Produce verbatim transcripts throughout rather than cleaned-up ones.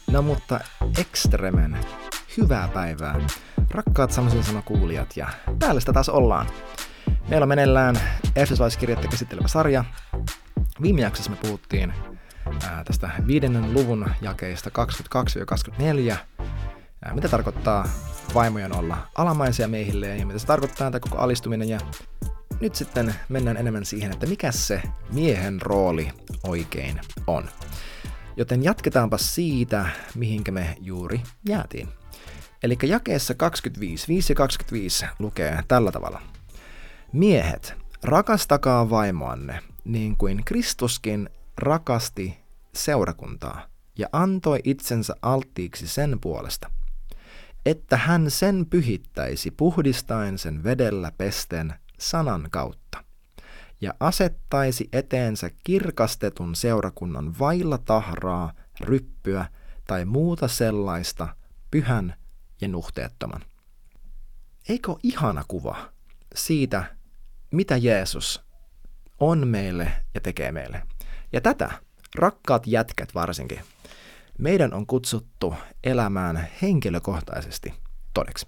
No mutta ekstremen hyvää päivää, rakkaat Samson sana kuulijat, ja täällä sitä taas ollaan. Meillä on meneillään Efesolaiskirjettä käsittelevä sarja. Viime jaksossa me puhuttiin ää, tästä viidennen luvun jakeista kaksikymmentäkaksi kaksikymmentäneljä, ää, mitä tarkoittaa vaimojen olla alamaisia miehille ja mitä se tarkoittaa tämä koko alistuminen. Ja nyt sitten mennään enemmän siihen, että mikä se miehen rooli oikein on. Joten jatketaanpa siitä, mihinkä me juuri jäätiin. Eli jakeessa kaksikymmentäviisi, viisi kaksikymmentäviisi lukee tällä tavalla. Miehet, rakastakaa vaimoanne, niin kuin Kristuskin rakasti seurakuntaa ja antoi itsensä alttiiksi sen puolesta, että hän sen pyhittäisi puhdistaen sen vedellä pesten sanan kautta ja asettaisi eteensä kirkastetun seurakunnan vailla tahraa, ryppyä tai muuta sellaista pyhän ja nuhteettoman. Eikö ole ihana kuva siitä, mitä Jeesus on meille ja tekee meille? Ja tätä, rakkaat jätkät varsinkin, meidän on kutsuttu elämään henkilökohtaisesti todeksi.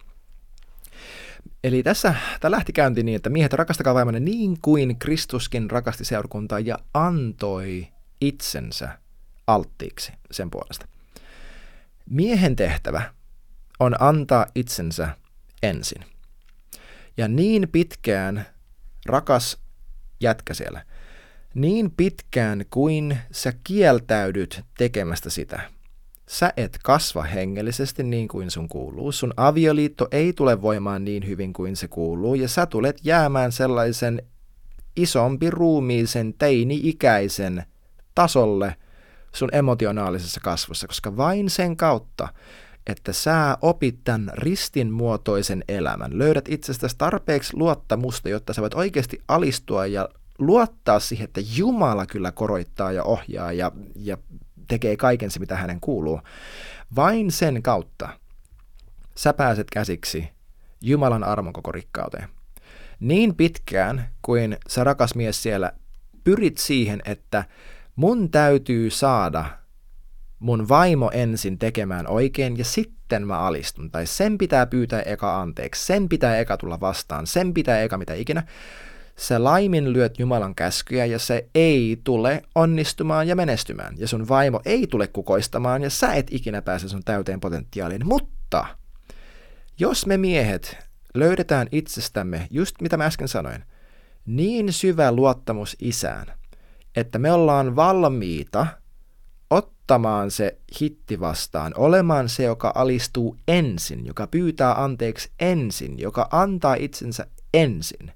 Eli tässä tämä lähti käyntiin niin, että miehet, rakastakaa vaimonne niin kuin Kristuskin rakasti seurakuntaa ja antoi itsensä alttiiksi sen puolesta. Miehen tehtävä on antaa itsensä ensin. Ja niin pitkään, rakas jätkä siellä, niin pitkään kuin sä kieltäydyt tekemästä sitä, sä et kasva hengellisesti niin kuin sun kuuluu. Sun avioliitto ei tule voimaan niin hyvin kuin se kuuluu, ja sä tulet jäämään sellaisen isompi ruumiisen teini-ikäisen tasolle sun emotionaalisessa kasvussa, koska vain sen kautta, että sä opit tämän ristinmuotoisen elämän, löydät itsestäsi tarpeeksi luottamusta, jotta sä voit oikeasti alistua ja luottaa siihen, että Jumala kyllä koroittaa ja ohjaa ja, ja tekee kaiken se, mitä hänen kuuluu. Vain sen kautta sä pääset käsiksi Jumalan armon koko rikkauteen. Niin pitkään kuin sä, rakas mies siellä, pyrit siihen, että mun täytyy saada mun vaimo ensin tekemään oikein ja sitten mä alistun. Tai sen pitää pyytää eka anteeksi, sen pitää eka tulla vastaan, sen pitää eka mitä ikinä. Sä laiminlyöt Jumalan käskyjä ja se ei tule onnistumaan ja menestymään. Ja sun vaimo ei tule kukoistamaan ja sä et ikinä pääse sun täyteen potentiaaliin. Mutta jos me miehet löydetään itsestämme, just mitä mä äsken sanoin, niin syvä luottamus isään, että me ollaan valmiita ottamaan se hitti vastaan, olemaan se, joka alistuu ensin, joka pyytää anteeksi ensin, joka antaa itsensä ensin,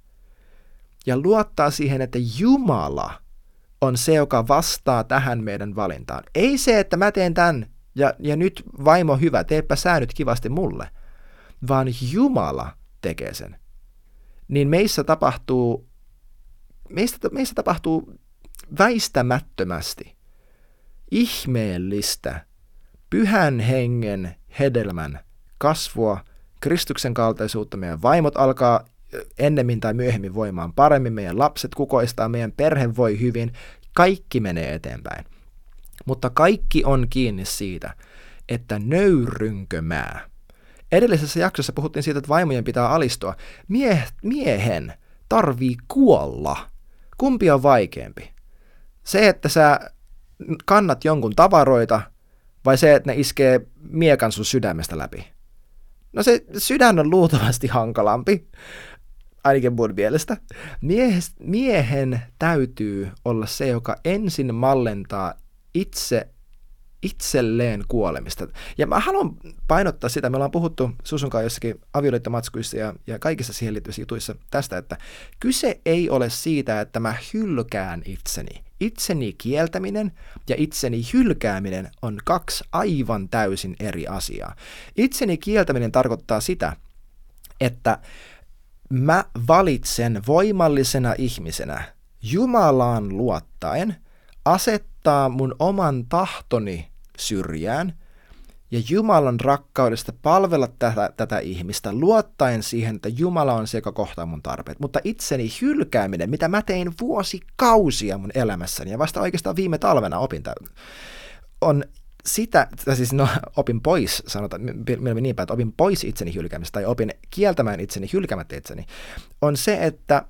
ja luottaa siihen, että Jumala on se, joka vastaa tähän meidän valintaan. Ei se, että mä teen tämän ja, ja nyt vaimo hyvä, teepä sä nyt kivasti mulle, vaan Jumala tekee sen. Niin meissä tapahtuu, meistä, meissä tapahtuu väistämättömästi ihmeellistä pyhän hengen hedelmän kasvua, Kristuksen kaltaisuutta. Meidän vaimot alkaa ennemmin tai myöhemmin voimaan paremmin, meidän lapset kukoistaa, meidän perhe voi hyvin, kaikki menee eteenpäin. Mutta kaikki on kiinni siitä, että nöyrynkö mä. Edellisessä jaksossa puhuttiin siitä, että vaimojen pitää alistua. Mie- miehen tarvii kuolla. Kumpi on vaikeampi? Se, että sä kannat jonkun tavaroita, vai se, että ne iskee miekan sun sydämestä läpi? No se sydän on luultavasti hankalampi, ainakin mun mielestä. Mies, miehen täytyy olla se, joka ensin mallentaa itse itselleen kuolemista. Ja mä haluan painottaa sitä, me ollaan puhuttu Susun kanssa jossakin avioliittomatskuissa ja, ja kaikissa siihen liittyvissä jutuissa tästä, että kyse ei ole siitä, että mä hylkään itseni. Itseni kieltäminen ja itseni hylkääminen on kaksi aivan täysin eri asiaa. Itseni kieltäminen tarkoittaa sitä, että mä valitsen voimallisena ihmisenä Jumalaan luottaen asettaa mun oman tahtoni syrjään ja Jumalan rakkaudesta palvella tätä, tätä ihmistä luottaen siihen, että Jumala on se, joka kohtaa mun tarpeet. Mutta itseni hylkääminen, mitä mä tein vuosikausia mun elämässäni ja vasta oikeastaan viime talvena opin tämän, on sitä, siis no opin pois, sanotaan mieluummin niin päin, että opin pois itseni hylkäämistä tai opin kieltämään itseni hylkämättä itseni, on se, että,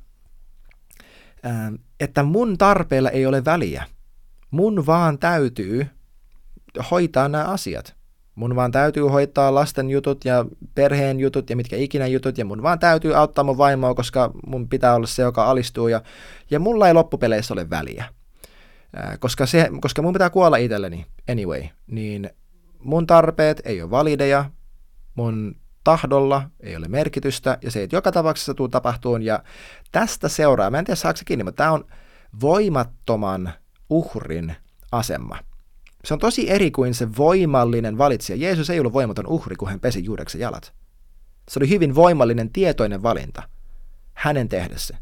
ää, että mun tarpeilla ei ole väliä. Mun vaan täytyy hoitaa nämä asiat. Mun vaan täytyy hoitaa lasten jutut ja perheen jutut ja mitkä ikinä jutut, ja mun vaan täytyy auttaa mun vaimoa, koska mun pitää olla se, joka alistuu, ja, ja mulla ei loppupeleissä ole väliä. Ää, koska, se, koska mun pitää kuolla itselleni anyway, niin mun tarpeet ei ole valideja, mun tahdolla ei ole merkitystä, ja se ei joka tapauksessa tule tapahtuun, ja tästä seuraa, mä en tiedä saako se kiinni, mutta tämä on voimattoman uhrin asema. Se on tosi eri kuin se voimallinen valitsija. Jeesus ei ollut voimaton uhri, kun hän pesi Juudeksen jalat. Se oli hyvin voimallinen, tietoinen valinta hänen tehdessä.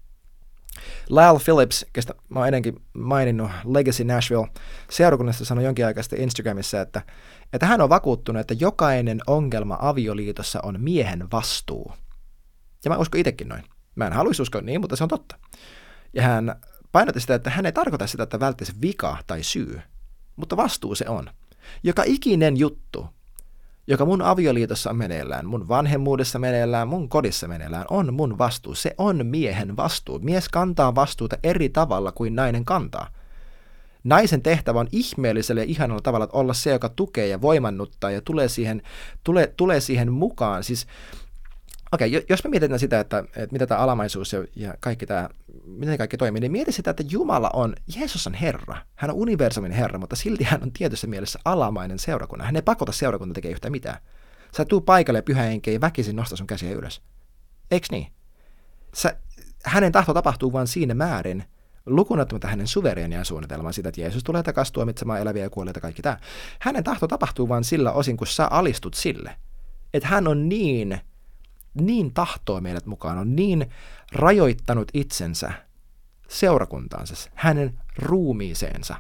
Lyle Phillips, kestä mä oon ennenkin maininnut Legacy Nashville seurakunnasta, sanoi jonkin aikaa sitten Instagramissa, että, että hän on vakuuttunut, että jokainen ongelma avioliitossa on miehen vastuu. Ja mä uskon itsekin noin. Mä en haluaisi uskoa niin, mutta se on totta. Ja hän painotti sitä, että hän ei tarkoita sitä, että välttäisi vika tai syy, mutta vastuu se on. Joka ikinen juttu, joka mun avioliitossa on meneillään, mun vanhemmuudessa meneillään, mun kodissa meneillään, on mun vastuu. Se on miehen vastuu. Mies kantaa vastuuta eri tavalla kuin nainen kantaa. Naisen tehtävä on ihmeellisellä ja ihanalla tavalla olla se, joka tukee ja voimannuttaa ja tulee siihen, tulee, tulee siihen mukaan. Siis, okei, okay, jos me mietitään sitä, että, että mitä tämä alamaisuus ja, ja kaikki tämä, miten kaikki toimii, niin mieti sitä, että Jumala on, Jeesus on Herra. Hän on universumin Herra, mutta silti hän on tietyssä mielessä alamainen seurakunnan. Hän ei pakota seurakunta tekemään yhtään mitään. Sä tuu paikalle pyhä henkeä ja väkisin nosta sun käsiä ylös. Eiks niin? Sä, hänen tahto tapahtuu vain siinä määrin, lukuun ottamatta hänen suvereenia suunnitelmaa sitä, että Jeesus tulee takaisin tuomitsemaan eläviä ja kuolleita kaikki tämä. Hänen tahto tapahtuu vain sillä osin, kun sä alistut sille. Että hän on niin... niin tahtoo meidät mukaan, on niin rajoittanut itsensä seurakuntaansa, hänen ruumiiseensa.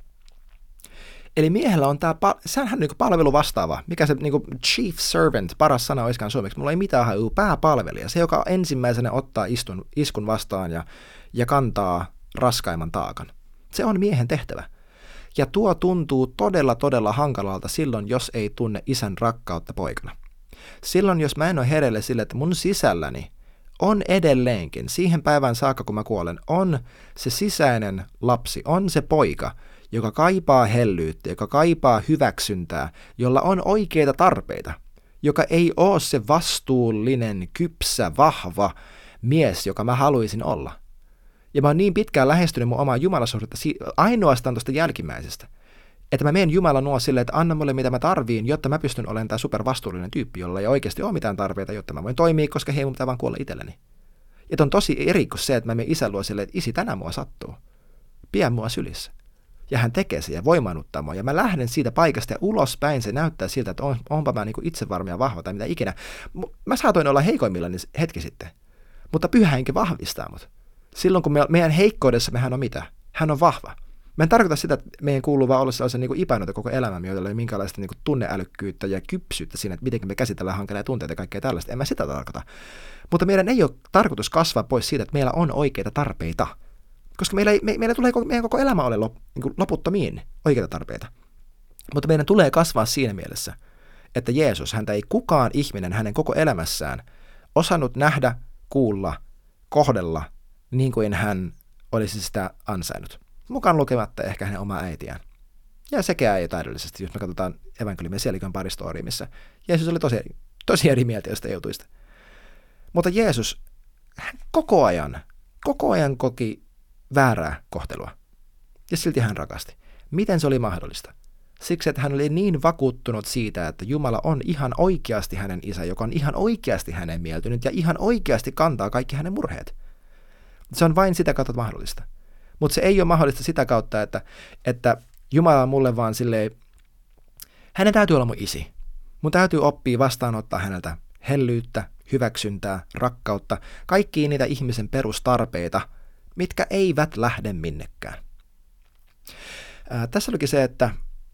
Eli miehellä on tämä, sehän on niin kuin palvelu vastaava, mikä se niin kuin chief servant, paras sana oiskaan suomeksi, mulla ei mitään hajua, pääpalvelija, se joka ensimmäisenä ottaa istun, iskun vastaan ja, ja kantaa raskaimman taakan. Se on miehen tehtävä. Ja tuo tuntuu todella, todella hankalalta silloin, jos ei tunne isän rakkautta poikana. Silloin, jos mä en ole hereille sille, että mun sisälläni on edelleenkin, siihen päivään saakka, kun mä kuolen, on se sisäinen lapsi, on se poika, joka kaipaa hellyyttä, joka kaipaa hyväksyntää, jolla on oikeita tarpeita, joka ei ole se vastuullinen, kypsä, vahva mies, joka mä haluaisin olla. Ja mä oon niin pitkään lähestynyt mun omaa jumalasuhdetta ainoastaan tuosta jälkimmäisestä, että mä menen Jumalan nuo silleen, että anna mulle mitä mä tarviin, jotta mä pystyn olemaan tämä supervastuullinen tyyppi, jolla ei oikeasti ole mitään tarpeita, jotta mä voin toimia, koska hei, mun pitää vaan kuolla itselleni. Ja on tosi eri kuin se, että mä menen isän luo silleen, että isi, tänään mua sattuu. Pidä mua sylissä. Ja hän tekee se ja voimannuttaa mua. Ja mä lähden siitä paikasta ja ulospäin se näyttää siltä, että on, onpa mä niinku itsevarma ja vahva tai mitä ikinä. Mä saatoin olla heikoimmillani hetki sitten, mutta pyhä henki vahvistaa mut. Silloin kun me, meidän heikkoudessa mehän on mitä? Hän on vahva. Mä en tarkoita sitä, että meidän kuuluu vaan olla sellaisen niin ipänoita koko elämämme, joilla ei ole minkäänlaista niin kuin tunneälykkyyttä ja kypsyyttä siinä, että miten me käsitellään hankalia tunteita ja kaikkea tällaista. En mä sitä tarkoita. Mutta meidän ei ole tarkoitus kasvaa pois siitä, että meillä on oikeita tarpeita. Koska meillä, ei, me, meillä tulee meidän koko elämä ole lop, niin kuin loputtomiin oikeita tarpeita. Mutta meidän tulee kasvaa siinä mielessä, että Jeesus, häntä ei kukaan ihminen hänen koko elämässään osannut nähdä, kuulla, kohdella niin kuin hän olisi sitä ansainnut. Mukaan lukematta ehkä hänen omaa äitiään. Ja sekään ei ole täydellisesti, jos me katsotaan evankeliumin Sielikön pari storia, missä Jeesus oli tosi, tosi eri mieltä jostain jutuista. Mutta Jeesus hän koko ajan, koko ajan koki väärää kohtelua. Ja silti hän rakasti. Miten se oli mahdollista? Siksi, että hän oli niin vakuuttunut siitä, että Jumala on ihan oikeasti hänen isä, joka on ihan oikeasti hänen mieltynyt ja ihan oikeasti kantaa kaikki hänen murheet. Se on vain sitä kautta mahdollista. Mutta se ei ole mahdollista sitä kautta, että, että Jumala on mulle vaan silleen, hänen täytyy olla mun isi. Mun täytyy oppia vastaanottaa häneltä hellyyttä, hyväksyntää, rakkautta, kaikkia niitä ihmisen perustarpeita, mitkä eivät lähde minnekään. Ää, tässä olikin se, että,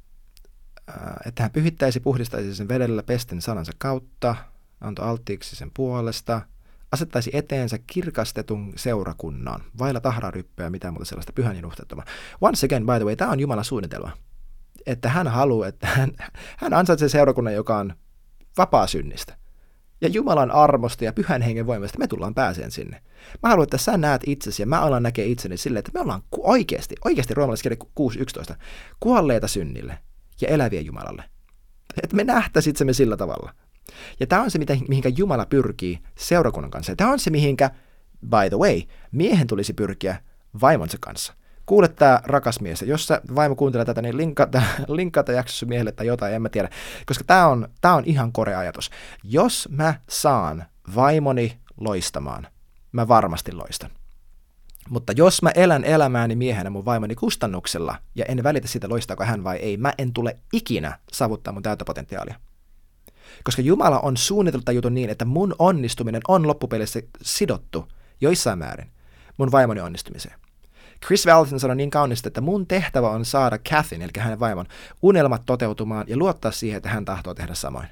ää, että hän pyhittäisi, puhdistaisi sen vedellä pesten sanansa kautta, antoi alttiiksi sen puolesta, asettaisi eteensä kirkastetun seurakunnan, vailla tahraryppyä, mitään muuta sellaista pyhän ja nuhteettomaa. Once again, by the way, tämä on Jumalan suunnitelma. että hän haluaa, että hän, hän ansaitsee seurakunnan, joka on vapaa synnistä. Ja Jumalan armosta ja pyhän hengen voimasta me tullaan pääseen sinne. Mä haluan, että sä näet itsesi ja mä alan näkee itseni silleen, että me ollaan oikeasti, oikeasti roomalaiskirja kuusi yksitoista, kuolleita synnille ja eläviä Jumalalle. Että me nähtäisiin itsemme sillä tavalla. Ja tämä on se, mihinkä Jumala pyrkii seurakunnan kanssa. Ja tämä on se, mihinkä, by the way, miehen tulisi pyrkiä vaimonsa kanssa. Kuule tämä rakas mies, ja jos sä vaimo kuuntelee tätä, niin linkata, linkata jaksossa miehelle tai jotain, en mä tiedä. Koska tämä on, tää on ihan korea ajatus. Jos mä saan vaimoni loistamaan, mä varmasti loistan. Mutta jos mä elän elämääni miehenä mun vaimoni kustannuksella, ja en välitä siitä loistaako hän vai ei, mä en tule ikinä saavuttaa mun täyttä potentiaalia. Koska Jumala on suunniteltu jutun niin, että mun onnistuminen on loppupelissä sidottu joissain määrin mun vaimoni onnistumiseen. Chris Vallotton sanoi niin kauniisti, että mun tehtävä on saada Kathyn, eli hänen vaimon, unelmat toteutumaan ja luottaa siihen, että hän tahtoo tehdä samoin.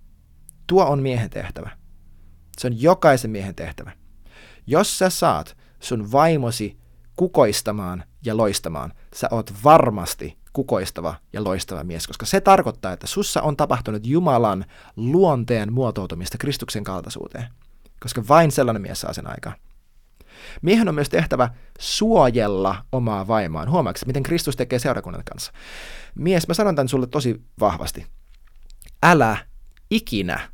Tuo on miehen tehtävä. Se on jokaisen miehen tehtävä. Jos sä saat sun vaimosi kukoistamaan ja loistamaan, sä oot varmasti kukoistava ja loistava mies, koska se tarkoittaa, että sussa on tapahtunut Jumalan luonteen muotoutumista Kristuksen kaltaisuuteen, koska vain sellainen mies saa sen aikaan. Miehen on myös tehtävä suojella omaa vaimoaan. Huomaatko, miten Kristus tekee seurakunnan kanssa? Mies, mä sanon tämän sulle tosi vahvasti. Älä ikinä,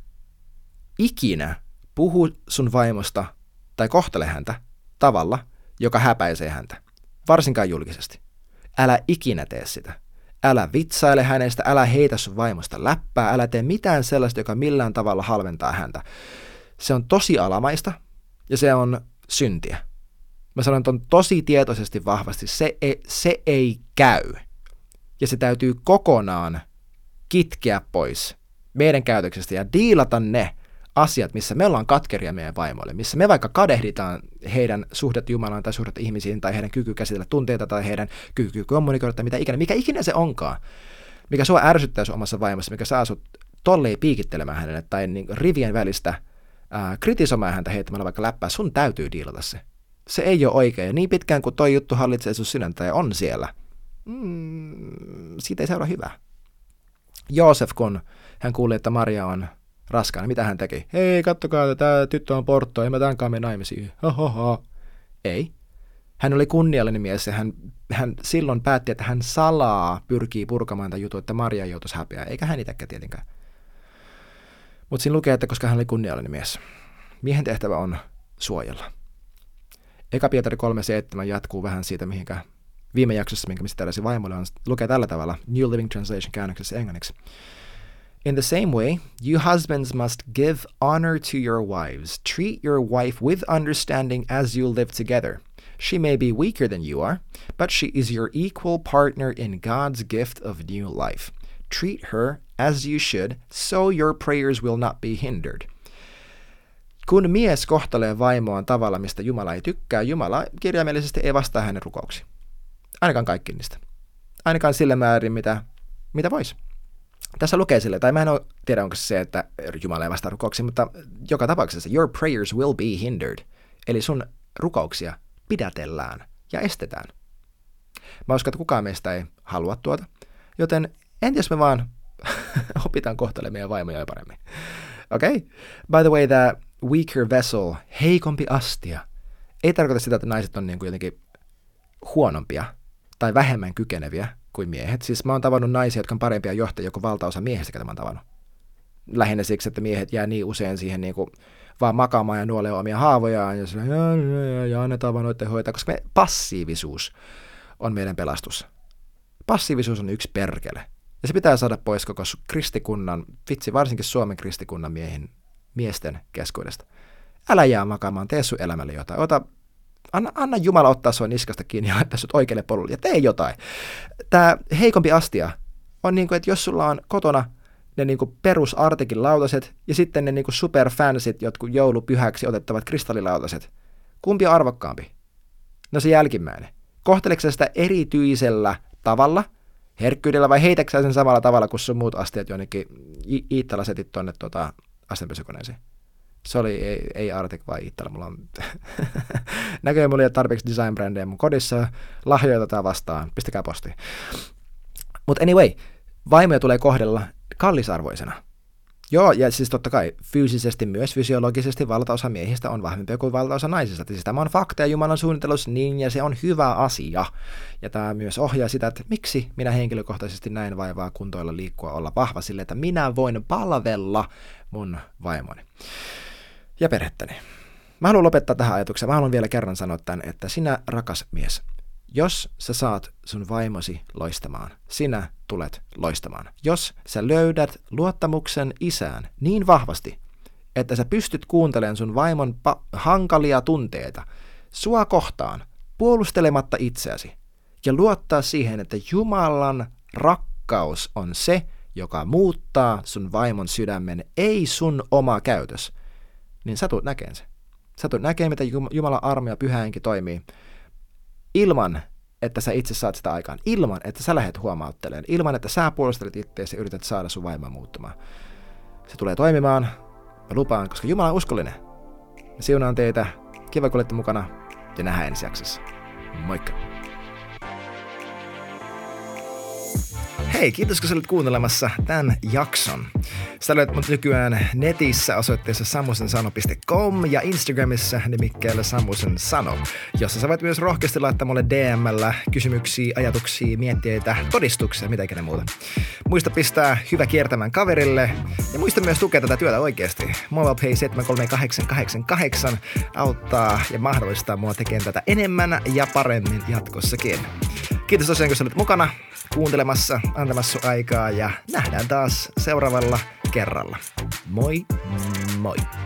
ikinä puhu sun vaimosta tai kohtele häntä tavalla, joka häpäisee häntä. Varsinkaan julkisesti. Älä ikinä tee sitä. Älä vitsaile hänestä, älä heitä sun vaimosta läppää, älä tee mitään sellaista, joka millään tavalla halventaa häntä. Se on tosi alamaista ja se on syntiä. Mä sanon ton tosi tietoisesti vahvasti, se ei, se ei käy. Ja se täytyy kokonaan kitkeä pois meidän käytöksestä ja diilata ne asiat, missä me ollaan katkeria meidän vaimoille, missä me vaikka kadehditaan heidän suhdet Jumalaan tai suhdet ihmisiin tai heidän kyky käsitellä tunteita tai heidän kyky kommunikoida tai mitä ikinä, mikä ikinä se onkaan, mikä sua ärsyttää sun omassa vaimossa, mikä saa sut tolleen piikittelemään hänelle tai niin rivien välistä ää, kritisoimaan häntä heittämällä vaikka läppää, sun täytyy diilata se. Se ei ole oikein. Ja niin pitkään kuin toi juttu hallitsee sun sydäntä ja on siellä, mm, siitä ei seuraa hyvää. Joosef, kun hän kuuli, että Maria on raskaana, mitä hän teki? Hei, kattokaa, tämä tyttö on portto, ei mä tämänkaan mene naimisiin. Hohoho. Ei. Hän oli kunniallinen mies ja hän, hän silloin päätti, että hän salaa pyrkii purkamaan tämän jutun, että Maria joutuisi häpeään, eikä hän itsekään tietenkään. Mutta siinä lukee, että koska hän oli kunniallinen mies, miehen tehtävä on suojella. Eka Pietari kolme seitsemän jatkuu vähän siitä, mihinkä viime jaksossa, minkä mistä tällaisia vaimoille on, lukee tällä tavalla, New Living Translation käännöksessä englanniksi. In the same way, you husbands must give honor to your wives. Treat your wife with understanding as you live together. She may be weaker than you are, but she is your equal partner in God's gift of new life. Treat her as you should, so your prayers will not be hindered. Kun mies kohtelee vaimoaan tavalla, mistä Jumala ei tykkää, Jumala kirjaimellisesti ei vastaa hänen rukouksiin. Ainakaan kaikki niistä. Ainakaan sillä määrin, mitä, mitä voisi. Tässä lukee sille, tai mä en ole, tiedä onko se se, että Jumala ei vastaa rukouksiin, mutta joka tapauksessa your prayers will be hindered. Eli sun rukouksia pidätellään ja estetään. Mä uskon, että kukaan meistä ei halua tuota, joten entäs me vaan opitaan kohtelemaan meidän vaimoja paremmin. Okei? Okay? By the way, tämä weaker vessel, heikompi astia, ei tarkoita sitä, että naiset on niin kuin jotenkin huonompia tai vähemmän kykeneviä kuin miehet. Siis mä oon tavannut naisia, jotka on parempia johtajia kuin valtaosa miehistä, ketä mä oon tavannut. Lähinnä siksi, että miehet jää niin usein siihen niin kuin vaan makaamaan ja nuolee omia haavojaan ja, ja, ja, ja annetaan vaan noiden hoitaa, koska me passiivisuus on meidän pelastus. Passiivisuus on yksi perkele. Ja se pitää saada pois koko kristikunnan, vitsi varsinkin Suomen kristikunnan miehin, miesten keskuudesta. Älä jää makaamaan, tee sun elämälle jotain. Ota, anna, anna Jumala ottaa sua niskasta kiinni ja laittaa sut oikealle polulle ja tee jotain. Tää heikompi astia on niin kuin, että jos sulla on kotona ne niin kuin perusartikin lautaset ja sitten ne niin kuin superfansit, jotkut joulupyhäksi otettavat kristallilautaset. Kumpi on arvokkaampi? No se jälkimmäinen. Kohteleeko sitä erityisellä tavalla, herkkyydellä vai heitäksä sen samalla tavalla kuin sun muut astiat jonnekin Iittala-setit tuonne tuota, astianpesukoneeseen? Se oli ei, ei Arctic vai Iittala. Mulla on näköjään mulla ei ole tarpeeksi design-brändejä mun kodissa. Lahjoja tätä vastaan. Pistäkää postiin. Mutta anyway, vaimoja tulee kohdella kallisarvoisena. Joo, ja siis totta kai fyysisesti myös fysiologisesti valtaosa miehistä on vahvempia kuin valtaosa naisista. Siis tämä on fakta ja Jumalan suunnittelus niin, ja se on hyvä asia. Ja tämä myös ohjaa sitä, että miksi minä henkilökohtaisesti näin vaivaa kuntoilla, liikkua, olla vahva sille, että minä voin palvella mun vaimoni ja perhettäni. Mä haluan lopettaa tähän ajatukseen. Mä haluan vielä kerran sanoa tämän, että sinä rakas mies, jos sä saat sun vaimosi loistamaan, sinä tulet loistamaan. Jos sä löydät luottamuksen isään niin vahvasti, että sä pystyt kuuntelemaan sun vaimon pa- hankalia tunteita sua kohtaan, puolustelematta itseäsi, ja luottaa siihen, että Jumalan rakkaus on se, joka muuttaa sun vaimon sydämen, ei sun oma käytös, niin sä tulet näkemään se. Sä tulet näkemään, mitä Jumalan armo ja pyhä henki toimii, ilman, että sä itse saat sitä aikaan, ilman, että sä lähdet huomauttelemaan, ilman, että sä puolustelet itseäsi ja yrität saada sun vaimoa muuttumaan. Se tulee toimimaan, mä lupaan, koska Jumala on uskollinen. Ja siunaan teitä, kiva kun olette mukana, ja nähdään ensi jaksossa. Moikka! Hei, kiitos kun sä olet kuuntelemassa tämän jakson. Sä löydät mut nykyään netissä osoitteessa samusensano piste com ja Instagramissa nimikkeellä samusensano, jossa sä voit myös rohkeasti laittaa mulle D M:llä kysymyksiä, ajatuksia, mietteitä, todistuksia, mitä ikinä muuta. Muista pistää hyvä kiertämään kaverille ja muista myös tukea tätä työtä oikeasti. MobilePay seitsemän kolme kahdeksan kahdeksan kahdeksan auttaa ja mahdollistaa mua tekemään tätä enemmän ja paremmin jatkossakin. Kiitos tosiaan, kun sä olet mukana kuuntelemassa, antamassa aikaa ja nähdään taas seuraavalla kerralla. Moi moi!